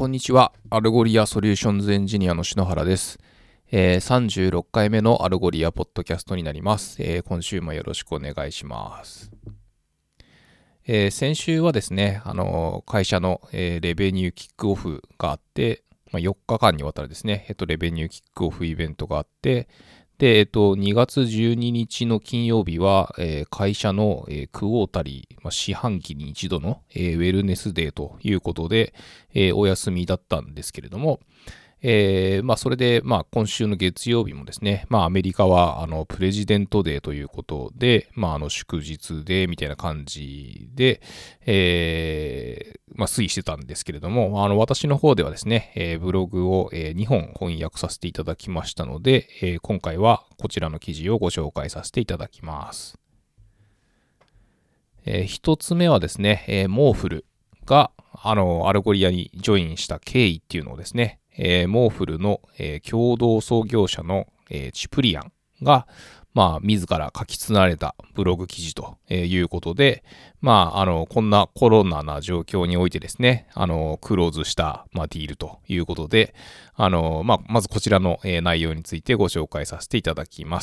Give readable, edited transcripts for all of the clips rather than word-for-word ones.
こんにちは。アルゴリアソリューションズエンジニアの篠原です。36回目のアルゴリアポッドキャストになります。今週もよろしくお願いします。先週はですね、会社の、レベニューキックオフがあって、4日間にわたるですね、レベニューキックオフイベントがあって、で、2月12日の金曜日は、会社の、クォータリー、四半期に一度の、ウェルネスデーということで、お休みだったんですけれども、それで、今週の月曜日もですね、アメリカは、プレジデントデーということで、祝日で、みたいな感じで、推移してたんですけれども、私の方ではですね、ブログを、2本翻訳させていただきましたので、今回はこちらの記事をご紹介させていただきます。一つ目はですね、モーフルが、アルゴリアにジョインした経緯っていうのをですね、モーフルの、共同創業者の、チプリアンが、自ら書き連ねたブログ記事ということで、こんなコロナな状況においてですね、クローズした、ディールということで、まずこちらの、内容についてご紹介させていただきます。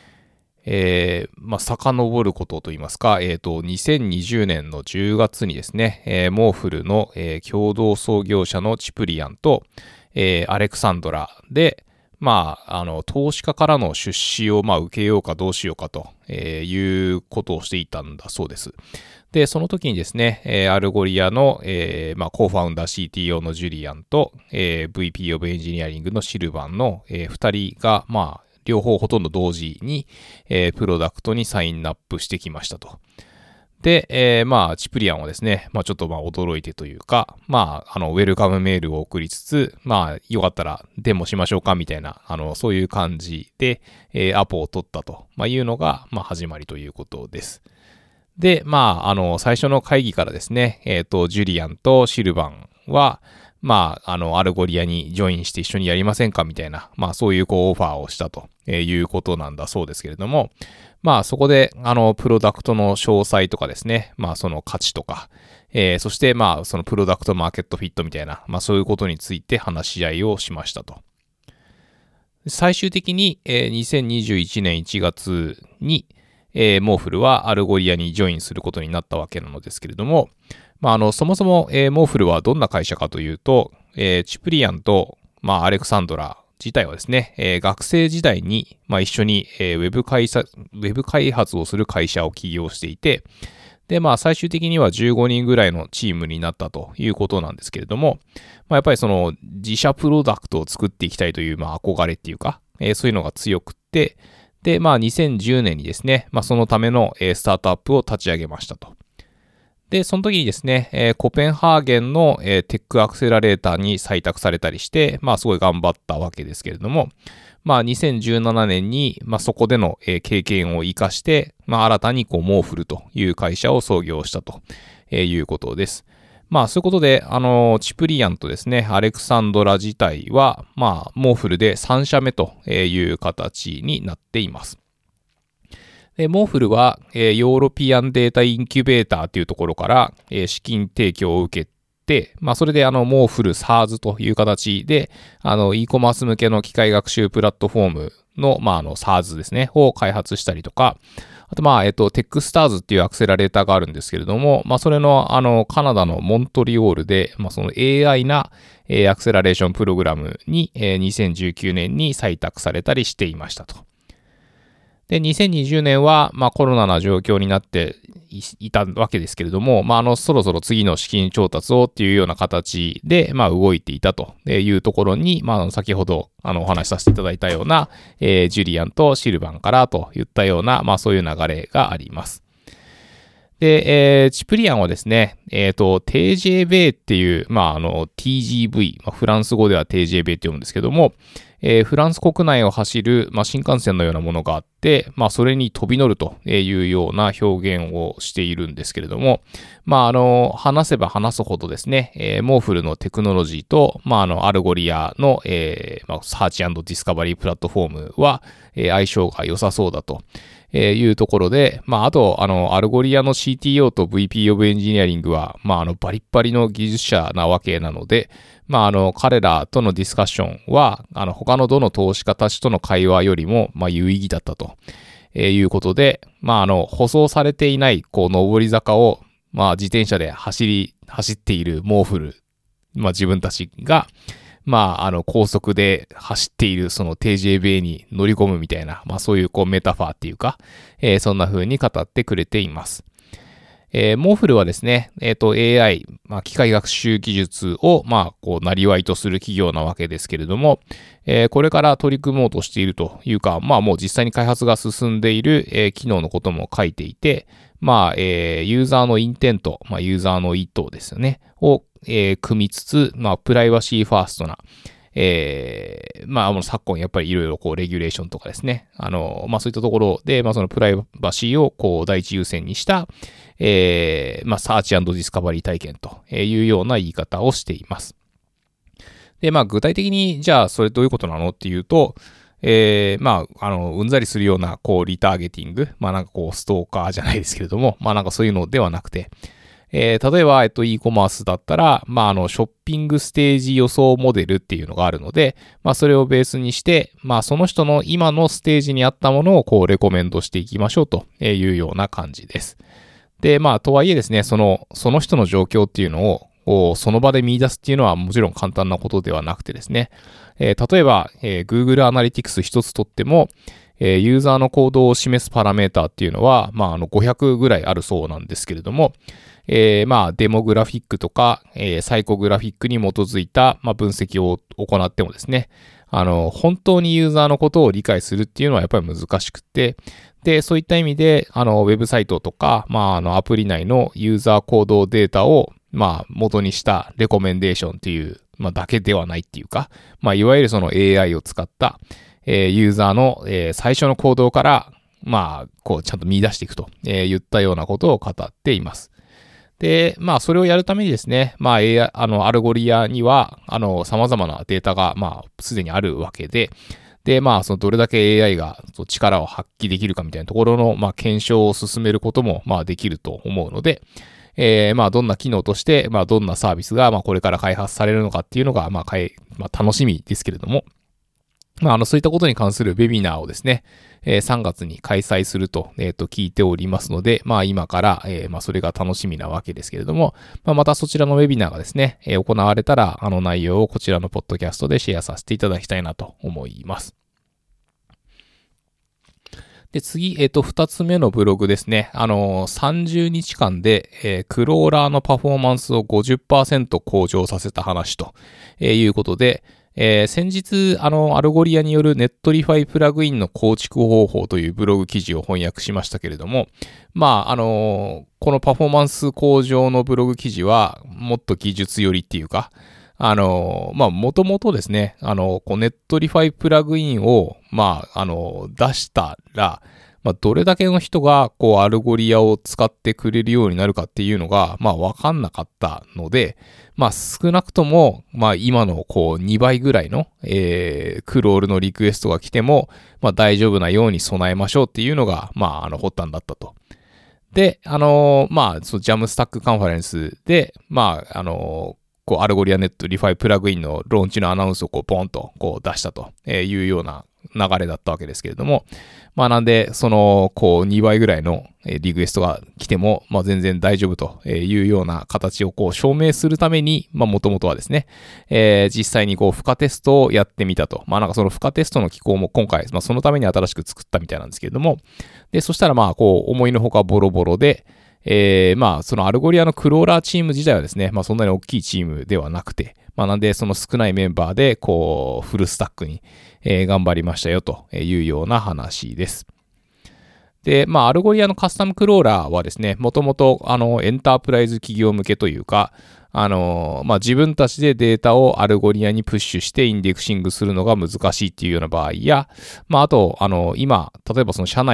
遡ることといいますか、2020年の10月にですね、モーフルの、共同創業者のチプリアンと、アレクサンドラで、投資家からの出資を、受けようかどうしようかと、いうことをしていたんだそうです。で、その時にですね、アルゴリアの、コーファウンダー CTO のジュリアンと、VP of エンジニアリングのシルバンの、2人が、両方ほとんど同時に、プロダクトにサインアップしてきましたと。で、チプリアンはですね、ちょっと驚いてというか、ウェルカムメールを送りつつ、よかったらデモしましょうかみたいな、そういう感じで、アポを取ったというのが、始まりということです。で、最初の会議からですね、ジュリアンとシルバンは、アルゴリアにジョインして一緒にやりませんかみたいな、そういうオファーをしたということなんだそうですけれども、そこで、プロダクトの詳細とかですね、その価値とか、そして、そのプロダクトマーケットフィットみたいな、そういうことについて話し合いをしましたと。最終的に、2021年1月に、モーフルはアルゴリアにジョインすることになったわけなのですけれども、そもそも、モーフルはどんな会社かというと、チプリアンと、アレクサンドラ自体はですね、学生時代に、一緒に、ウェブ開発をする会社を起業していて、で、最終的には15人ぐらいのチームになったということなんですけれども、やっぱりその自社プロダクトを作っていきたいという、憧れっていうか、そういうのが強くって、で、2010年にですね、そのための、スタートアップを立ち上げましたと。で、その時にですね、コペンハーゲンの、テックアクセラレーターに採択されたりして、すごい頑張ったわけですけれども、2017年に、そこでの、経験を生かして、新たにモーフルという会社を創業したということです。そういうことで、チプリアンとですね、アレクサンドラ自体は、モーフルで3社目という形になっています。でモーフルは、ヨーロピアンデータインキュベーターというところから、資金提供を受けて、それでモーフル SaaS という形で、e コマース向けの機械学習プラットフォームの、SaaS ですね、を開発したりとか、あと、テックスターズっていうアクセラレーターがあるんですけれども、それの、カナダのモントリオールで、その AI な、アクセラレーションプログラムに、2019年に採択されたりしていましたと。で、2020年は、コロナな状況になっていたわけですけれども、そろそろ次の資金調達をっていうような形で、動いていたというところに、先ほど、お話しさせていただいたような、ジュリアンとシルバンからといったような、そういう流れがあります。で、チプリアンはですね、TGV っていう、TGV、フランス語では TGV って読むんですけども、フランス国内を走る、新幹線のようなものがあって、それに飛び乗るというような表現をしているんですけれども、話せば話すほどですね、モーフルのテクノロジーと、アルゴリアの、サーチ&ディスカバリープラットフォームは、相性が良さそうだというところで、まあ、あと、アルゴリアの CTO と VP of Engineering は、まあ、バリッバリの技術者なわけなので、まあ、彼らとのディスカッションは、他のどの投資家たちとの会話よりも、まあ、有意義だったということで、まあ、舗装されていない、上り坂を、まあ、自転車で走っているモーフル、まあ、自分たちが、まあ、高速で走っているその TJB に乗り込むみたいな、まあそういうメタファーっていうか、そんな風に語ってくれています。モーフルはですね、AI、まあ、機械学習技術を、まあ、なりわいとする企業なわけですけれども、これから取り組もうとしているというか、まあもう実際に開発が進んでいる、機能のことも書いていて、まあ、ユーザーのインテント、まあユーザーの意図ですよね、を組みつつ、まあ、プライバシーファーストな、まあ、昨今やっぱりいろいろレギュレーションとかですね、まあ、そういったところで、まあ、そのプライバシーを第一優先にした、まあ、サーチ&ディスカバリー体験というような言い方をしています。で、まあ、具体的に、じゃあ、それどういうことなのっていうと、まあ、うんざりするような、リターゲティング、まあ、なんかストーカーじゃないですけれども、まあ、なんかそういうのではなくて、例えば、e コマースだったら、まあ、ショッピングステージ予想モデルっていうのがあるので、まあ、それをベースにして、まあ、その人の今のステージにあったものをレコメンドしていきましょうというような感じです。で、まあ、とはいえですね、その人の状況っていうのを、その場で見出すっていうのはもちろん簡単なことではなくてですね、例えば、Google Analytics 一つとっても、ユーザーの行動を示すパラメータっていうのは、まあ、500ぐらいあるそうなんですけれども、まあ、デモグラフィックとか、サイコグラフィックに基づいた、まあ、分析を行ってもですね、本当にユーザーのことを理解するっていうのはやっぱり難しくて、で、そういった意味で、ウェブサイトとか、まあ、アプリ内のユーザー行動データを、まあ、元にしたレコメンデーションっていう、まあ、だけではないっていうか、まあ、いわゆるその AI を使った、ユーザーの、最初の行動から、まあ、ちゃんと見出していくと、言ったようなことを語っています。で、まあ、それをやるためにですね、まあ、アルゴリアには、様々なデータが、まあ、すでにあるわけで、で、まあ、そのどれだけ AI が力を発揮できるかみたいなところの、まあ、検証を進めることも、まあ、できると思うので、まあ、どんな機能として、まあ、どんなサービスが、まあ、これから開発されるのかっていうのが、まあ、楽しみですけれども、まあ、そういったことに関するウェビナーをですね、3月に開催すると、聞いておりますので、まあ、今から、まあ、それが楽しみなわけですけれども、まあ、またそちらのウェビナーがですね、行われたら、内容をこちらのポッドキャストでシェアさせていただきたいなと思います。で、次、二つ目のブログですね。30日間で、クローラーのパフォーマンスを 50% 向上させた話ということで、先日、アルゴリアによるネットリファイプラグインの構築方法というブログ記事を翻訳しましたけれども、まあ、このパフォーマンス向上のブログ記事は、もっと技術寄りっていうか、まあ、もともとですね、ネットリファイプラグインを、まあ、出したら、まあ、どれだけの人が、アルゴリアを使ってくれるようになるかっていうのが、まあ、わかんなかったので、まあ、少なくとも、まあ、今の、2倍ぐらいの、クロールのリクエストが来ても、まあ、大丈夫なように備えましょうっていうのが、まあ、発端だったと。で、まあ、ジャムスタックカンファレンスで、まあ、アルゴリアネットリファイプラグインのローンチのアナウンスをポンと出したというような流れだったわけですけれども、まあなんで、2倍ぐらいのリクエストが来ても、まあ全然大丈夫というような形を証明するために、まあ元々はですね、実際に負荷テストをやってみたと。まあなんかその負荷テストの機構も今回、まあそのために新しく作ったみたいなんですけれども、で、そしたらまあ思いのほかボロボロで、まあそのアルゴリアのクローラーチーム自体はですね、まあそんなに大きいチームではなくて、まあなんでその少ないメンバーでフルスタックに、頑張りましたよというような話です。で、まあアルゴリアのカスタムクローラーはですね、もともとエンタープライズ企業向けというか、まあ自分たちでデータをアルゴリアにプッシュしてインデクシングするのが難しいっていうような場合や、まああと今例えばその社内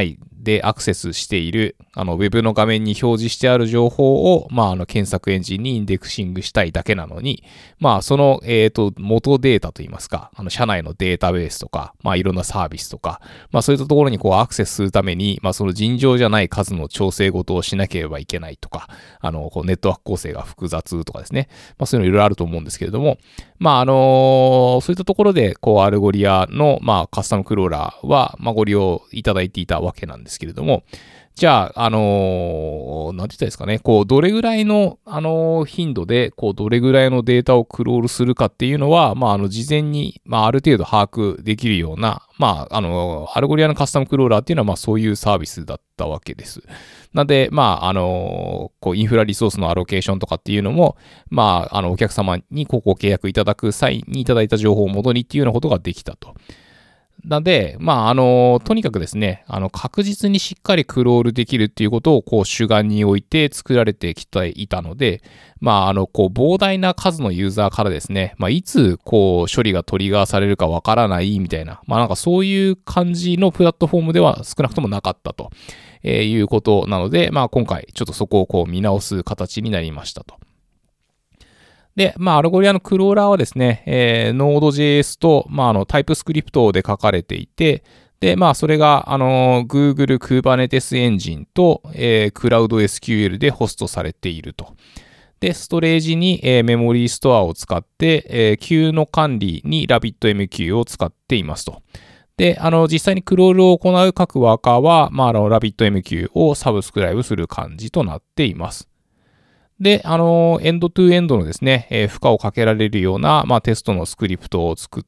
でアクセスしている、ウェブの画面に表示してある情報を、検索エンジンにインデクシングしたいだけなのに、その、元データといいますか、社内のデータベースとか、いろんなサービスとか、そういったところにこうアクセスするために、その尋常じゃない数の調整事をしなければいけないとか、こうネットワーク構成が複雑とかですね、そういうのいろいろあると思うんですけれども、そういったところで、こう、アルゴリアの、カスタムクローラーは、ご利用いただいていたわけなんですけれども、じゃあ、なんて言ったらいいですかね、こう、どれぐらいの、頻度で、こう、どれぐらいのデータをクロールするかっていうのは、事前に、ある程度把握できるような、アルゴリアのカスタムクローラーっていうのは、そういうサービスだったわけです。なんで、こう、インフラリソースのアロケーションとかっていうのも、お客様にこうご契約いただく際にいただいた情報を元にっていうようなことができたと。なんで、とにかくですね、確実にしっかりクロールできるっていうことを、こう、主眼に置いて作られてきていたので、こう、膨大な数のユーザーからですね、いつ、こう、処理がトリガーされるかわからないみたいな、なんかそういう感じのプラットフォームでは少なくともなかったということなので、今回、ちょっとそこをこう、見直す形になりましたと。で、アルゴリアのクローラーはですね、Node.js と、タイプスクリプトで書かれていて、で、それが、Google Kubernetes エンジンと、CloudSQL でホストされていると。で、ストレージに、メモリーストアを使って、Q の管理に RabbitMQ を使っていますと。で、実際にクロールを行う各ワーカーは、RabbitMQ をサブスクライブする感じとなっています。で、エンドトゥエンドのですね、負荷をかけられるような、テストのスクリプトを作って、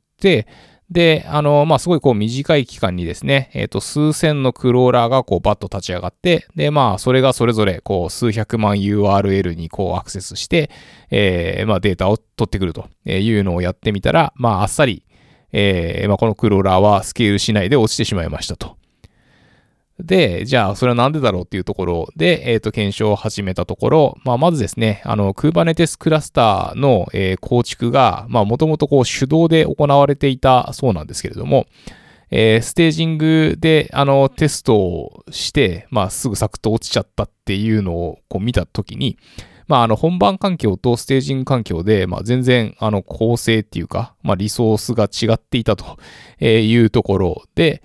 で、すごいこう短い期間にですね、数千のクローラーがこうバッと立ち上がって、で、それがそれぞれこう数百万 URL にこうアクセスして、データを取ってくるというのをやってみたら、あっさり、このクローラーはスケールしないで落ちてしまいましたと。で、じゃあ、それはなんでだろうっていうところで、検証を始めたところ、まずですね、Kubernetes クラスターの、構築が、もともとこう手動で行われていたそうなんですけれども、ステージングで、テストをして、すぐサクッと落ちちゃったっていうのをこう見たときに、本番環境とステージング環境で、全然、構成っていうか、リソースが違っていたというところで、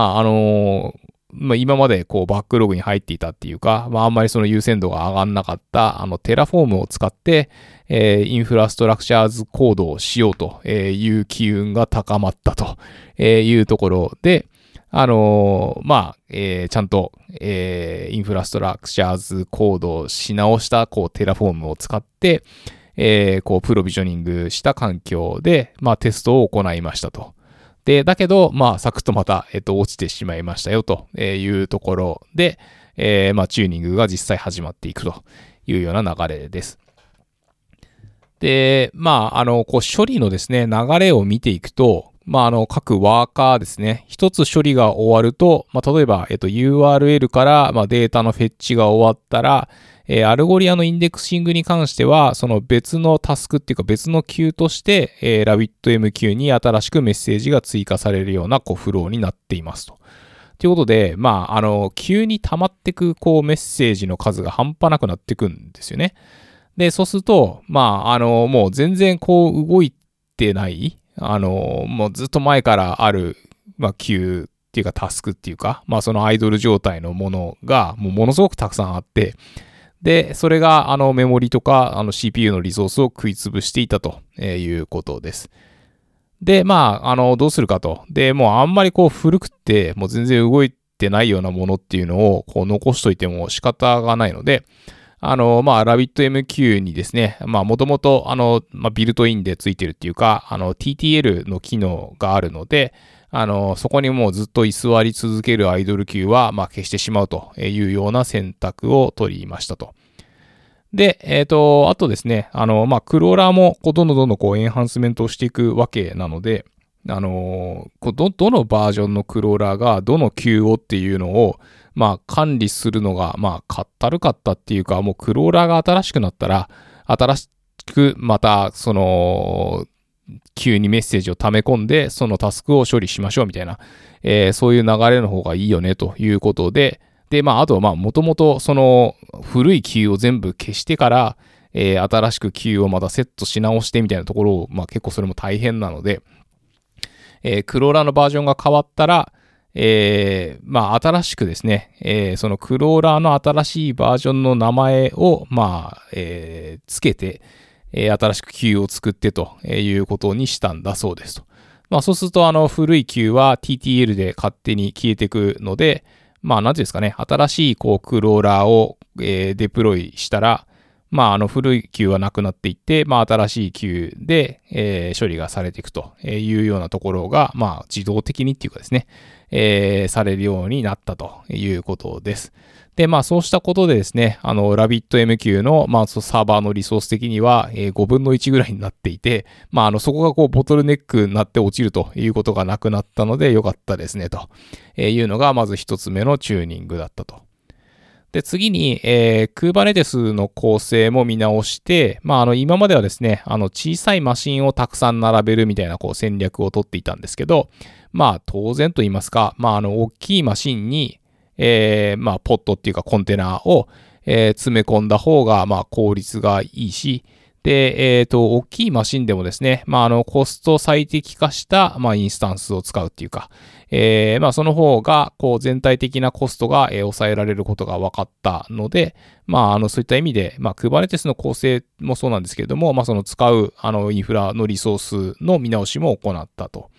今までこうバックログに入っていたっていうか、あんまりその優先度が上がんなかったテラフォームを使って、インフラストラクチャーズコードをしようという機運が高まったというところで、ちゃんと、インフラストラクチャーズコードをし直したこうテラフォームを使って、こうプロビジョニングした環境で、テストを行いましたと。で、だけど、サクッとまた、落ちてしまいましたよというところで、チューニングが実際始まっていくというような流れです。で、こう処理のですね、流れを見ていくと、各ワーカーですね、一つ処理が終わると、例えば、URL から、データのフェッチが終わったら、アルゴリアのインデクシングに関しては、その別のタスクっていうか別の Q として、RabbitMQ に新しくメッセージが追加されるようなこうフローになっていますと。ということで、急に溜まってくこうメッセージの数が半端なくなってくんですよね。で、そうすると、もう全然こう動いてない、もうずっと前からある、Q っていうかタスクっていうか、そのアイドル状態のものがものすごくたくさんあって、で、それがメモリとかCPU のリソースを食い潰していたということです。で、どうするかと。で、もうあんまりこう古くってもう全然動いてないようなものっていうのをこう残しといても仕方がないので、RabbitMQ にですね、もともとビルトインでついてるっていうか、TTL の機能があるので、そこにもうずっと居座り続けるアイドル Q は、消してしまうというような選択を取りましたと。で、あとですね、クローラーもどんどんこうエンハンスメントをしていくわけなので、どのバージョンのクローラーがどの Q をっていうのを、管理するのが、かったるかったっていうか、もうクローラーが新しくなったら、新しくまた、 Q にメッセージを溜め込んで、そのタスクを処理しましょうみたいな、そういう流れの方がいいよねということで、で、あとはもともとその古い Q を全部消してから、新しく Q をまたセットし直してみたいなところを、結構それも大変なので、クローラーのバージョンが変わったら、新しくですね、そのクローラーの新しいバージョンの名前を、つけて、新しく Q を作ってということにしたんだそうですと。そうすると、古い Q は TTL で勝手に消えていくので、なんていうんですかね、新しいクローラーを、デプロイしたら、古い Q はなくなっていって、新しい Q で、処理がされていくというようなところが、自動的にっていうかですね、されるようになったということです。で、そうしたことでですね、RabbitMQ の、サーバーのリソース的には、5分の1ぐらいになっていて、そこがボトルネックになって落ちるということがなくなったので、よかったですね、というのが、まず一つ目のチューニングだったと。で、次に、Kubernetes の構成も見直して、今まではですね、小さいマシンをたくさん並べるみたいな戦略を取っていたんですけど、当然と言いますか、大きいマシンに、ポットっていうかコンテナを、詰め込んだ方が、効率がいいし、で、大きいマシンでもですね、コスト最適化した、インスタンスを使うっていうか、その方が、全体的なコストが、抑えられることが分かったので、そういった意味で、Kubernetes の構成もそうなんですけれども、その使う、インフラのリソースの見直しも行ったと。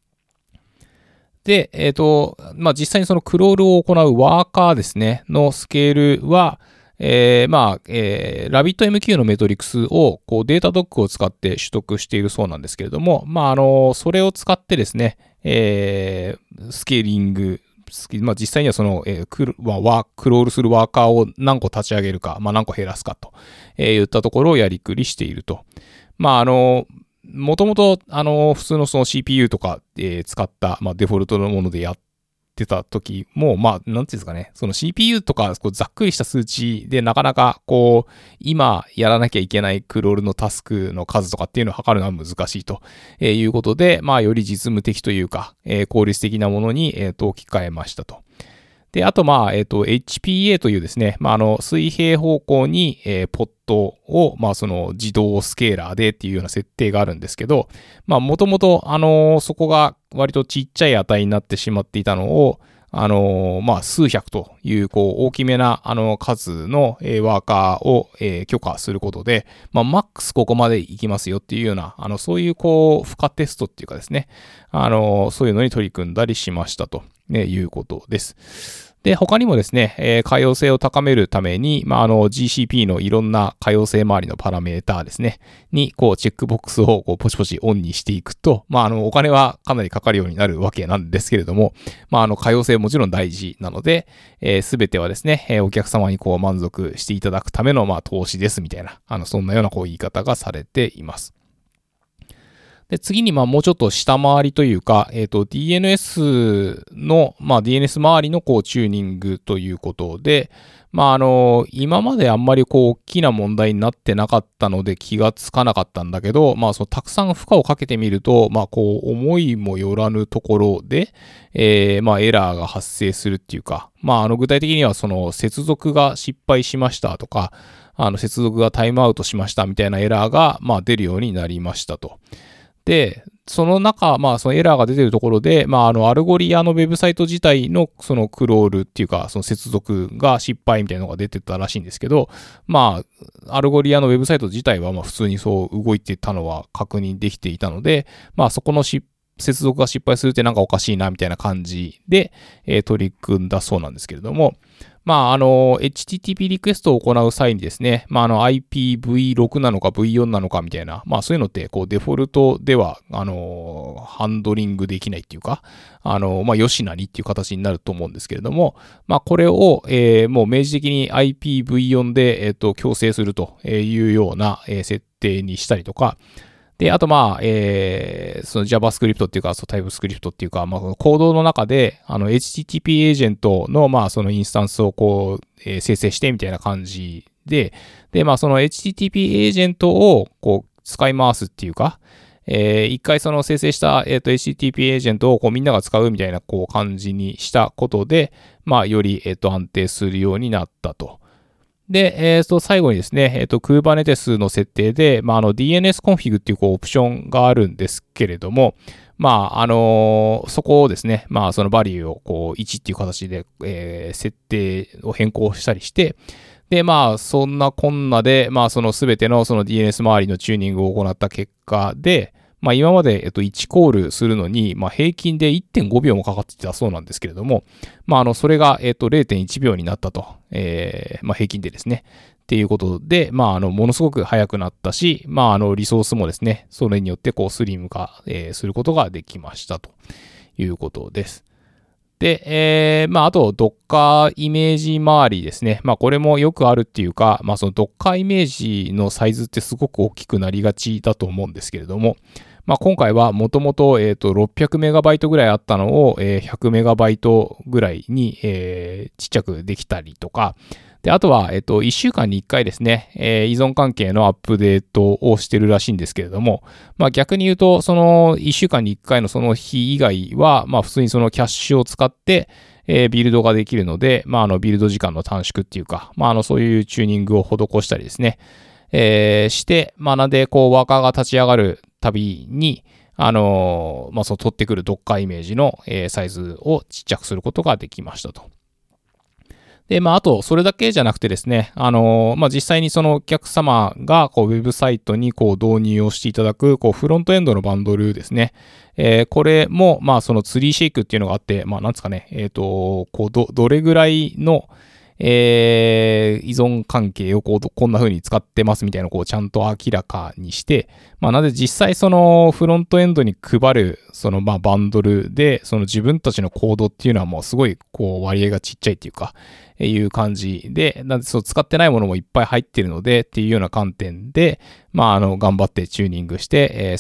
で、実際にそのクロールを行うワーカーですね、のスケールは、RabbitMQ のメトリクスをデータドックを使って取得しているそうなんですけれども、それを使ってですね、スケーリング、実際にはその、クロールするワーカーを何個立ち上げるか、何個減らすかといったところをやりくりしていると。もともと、普通のその CPU とか、使った、デフォルトのものでやってた時も、なんていうんですかね、その CPU とか、ざっくりした数値でなかなか、今やらなきゃいけないクロールのタスクの数とかっていうのを測るのは難しいということで、より実務的というか、効率的なものに、置き換えましたと。で、あと、HPA というですね、水平方向に、ポットを、その自動スケーラーでっていうような設定があるんですけど、もともと、そこが割とちっちゃい値になってしまっていたのを、数百という、大きめな、数の、ワーカーを、許可することで、マックスここまで行きますよっていうような、そういう、負荷テストっていうかですね、そういうのに取り組んだりしましたと、いうことです。で、他にもですね、可用性を高めるために、GCP のいろんな可用性周りのパラメーターですね、に、チェックボックスをポチポチオンにしていくと、お金はかなりかかるようになるわけなんですけれども、可用性もちろん大事なので、すべてはですね、お客様に満足していただくための、投資ですみたいな、そんなような言い方がされています。で、次にもうちょっと下回りというか、DNS の、DNS 周りのチューニングということで、今まであんまり大きな問題になってなかったので気がつかなかったんだけど、たくさん負荷をかけてみると、思いもよらぬところで、エラーが発生するっていうか、具体的にはその接続が失敗しましたとか、接続がタイムアウトしましたみたいなエラーが、出るようになりましたと。で、その中、そのエラーが出ているところで、アルゴリアのウェブサイト自体のそのクロールっていうか、その接続が失敗みたいなのが出てたらしいんですけど、アルゴリアのウェブサイト自体は普通にそう動いてたのは確認できていたので、そこの接続が失敗するってなんかおかしいなみたいな感じで、取り組んだそうなんですけれども、HTTP リクエストを行う際にですね、IPv6 なのか V4 なのかみたいな、そういうのって、デフォルトでは、ハンドリングできないっていうか、よしなりっていう形になると思うんですけれども、これを、もう明示的に IPv4 で、強制するというような、設定にしたりとか、で、あとその JavaScript っていうか、TypeScript っていうか、コードの中で、HTTP エージェントの、そのインスタンスを生成してみたいな感じで、その HTTP エージェントを、使い回すっていうか、 一回その生成した、HTTP エージェントをこうみんなが使うみたいなこう感じにしたことで、まあ、より、安定するようになったと。で、最後にですね、Kubernetes の設定で、まあ、DNS コンフィグっていうこうオプションがあるんですけれども、まあ、そこをですね、まあ、そのバリューをこう1っていう形で、設定を変更したりして、で、まあ、そんなこんなで、まあ、そのすべてのその DNS 周りのチューニングを行った結果で、まあ、今まで、1コールするのに、まあ、平均で 1.5 秒もかかってたそうなんですけれども、まあ、それが、0.1 秒になったと、まあ、平均でですね。っていうことで、まあ、ものすごく速くなったし、まあ、リソースもですね、それによって、こう、スリム化、することができましたということです。で、まあ、あと、Docker イメージ周りですね。まあ、これもよくあるっていうか、まあ、その Docker イメージのサイズってすごく大きくなりがちだと思うんですけれども、まあ、今回はもともと600メガバイトぐらいあったのを100メガバイトぐらいにちっちゃくできたりとか、で、あとは1週間に1回ですね、依存関係のアップデートをしてるらしいんですけれども、まあ逆に言うと、その1週間に1回のその日以外は、まあ普通にそのキャッシュを使って、ビルドができるので、まあビルド時間の短縮っていうか、まあそういうチューニングを施したりですね、して、まあなんでこうワーカーが立ち上がるたびに、まあその取ってくる Docker イメージのサイズをちっちゃくすることができましたと。で、まあ、あと、それだけじゃなくてですね、まあ、実際にそのお客様が、こう、ウェブサイトに、こう、導入をしていただく、こう、フロントエンドのバンドルですね。これも、まあ、そのツリーシェイクっていうのがあって、まあ、なんですかね、こう、どれぐらいの、依存関係をこんな風に使ってますみたいなのをこうちゃんと明らかにして、まあ、なので実際そのフロントエンドに配るそのまあバンドルでその自分たちのコードっていうのはもうすごいこう割合がちっちゃいっていうか、いう感じで、なんでそう使ってないものもいっぱい入ってるのでっていうような観点で、まあ頑張ってチューニングして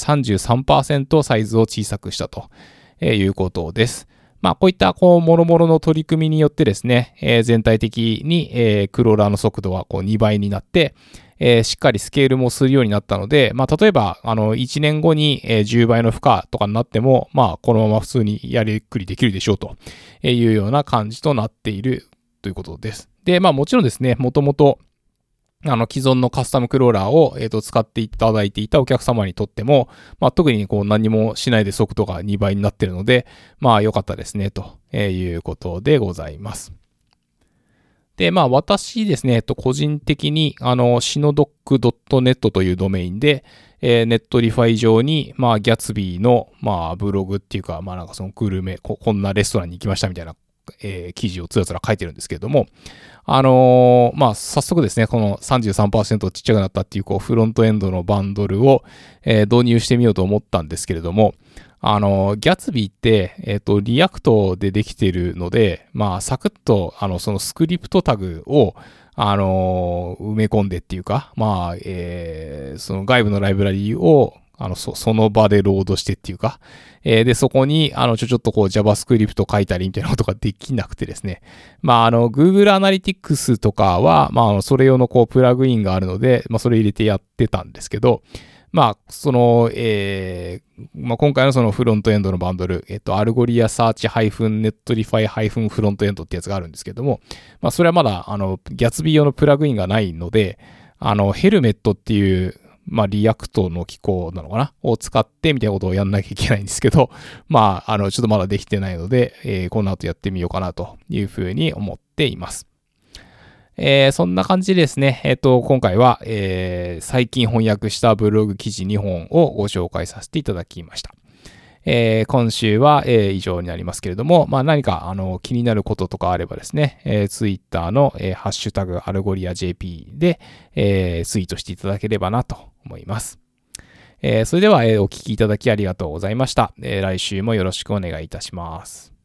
、33% サイズを小さくしたということです。まあ、こういった、諸々の取り組みによってですね、全体的に、クローラーの速度は2倍になって、しっかりスケールもするようになったので、まあ、例えば、1年後に、10倍の負荷とかになっても、まあ、このまま普通にやりっくりできるでしょうというような感じとなっているということです。で、まあ、もちろんですね、もともと、既存のカスタムクローラーを、使っていただいていたお客様にとっても、まあ、特に何もしないで速度が2倍になっているので、まあ良かったですね、ということでございます。で、まあ私ですね、個人的に、shinodoc.net というドメインで、ネットリファイ上に、まあギャツビーの、まあブログっていうか、まあなんかそのグルメ、こんなレストランに行きましたみたいな、記事をつらつら書いてるんですけれども、まあ、早速ですね、この 33% ちっちゃくなったっていう、フロントエンドのバンドルを、導入してみようと思ったんですけれども、ギャツビーって、リアクトでできているので、まあ、サクッと、そのスクリプトタグを、埋め込んでっていうか、まあ、その外部のライブラリを、その場でロードしてっていうか、で、そこに、ちょっとJavaScript 書いたりみたいなことができなくてですね。まあ、Google Analytics とかは、まあ、それ用のプラグインがあるので、まあ、それ入れてやってたんですけど、まあ、その、まあ、今回のそのフロントエンドのバンドル、アルゴリアサーチ -netlify- フロントエンドってやつがあるんですけども、まあ、それはまだ、ギャツビー用のプラグインがないので、ヘルメットっていう、まあ、リアクトの機構なのかなを使ってみたいなことをやんなきゃいけないんですけど、まあ、ちょっとまだできてないので、この後やってみようかなというふうに思っています。そんな感じでですね、今回は、最近翻訳したブログ記事2本をご紹介させていただきました。今週は、以上になりますけれども、まあ、何か気になることとかあればですね、Twitter の、ハッシュタグアルゴリア JP で、ツイートしていただければなと思います。それでは、お聞きいただきありがとうございました。来週もよろしくお願いいたします。